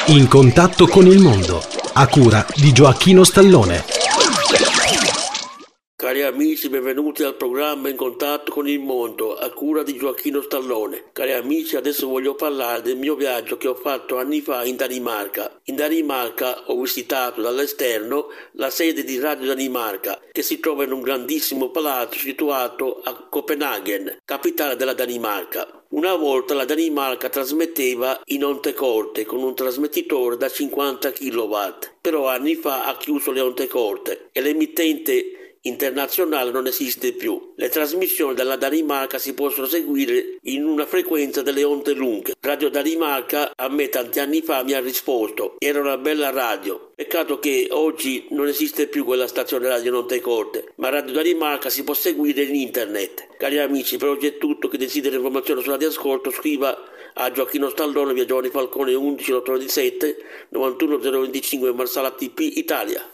In contatto con il mondo, a cura di Gioacchino Stallone. Cari amici, benvenuti al programma In contatto con il mondo, a cura di Gioacchino Stallone. Cari amici, adesso voglio parlare del mio viaggio che ho fatto anni fa in Danimarca. In Danimarca ho visitato dall'esterno la sede di Radio Danimarca, che si trova in un grandissimo palazzo situato a Copenaghen, capitale della Danimarca. Una volta la Danimarca trasmetteva in onde corte con un trasmettitore da 50 kW, però anni fa ha chiuso le onde corte e l'emittente internazionale non esiste più. Le trasmissioni dalla Danimarca si possono seguire in una frequenza delle onde lunghe. Radio Danimarca a me tanti anni fa mi ha risposto: era una bella radio. Peccato che oggi non esiste più quella stazione radio in onde corte, ma Radio Danimarca si può seguire in internet. Cari amici, per oggi è tutto. Chi desidera informazioni su Radio Ascolto scriva a Gioacchino Stallone, via Giovanni Falcone 11 827 91 025 Marsala TP Italia.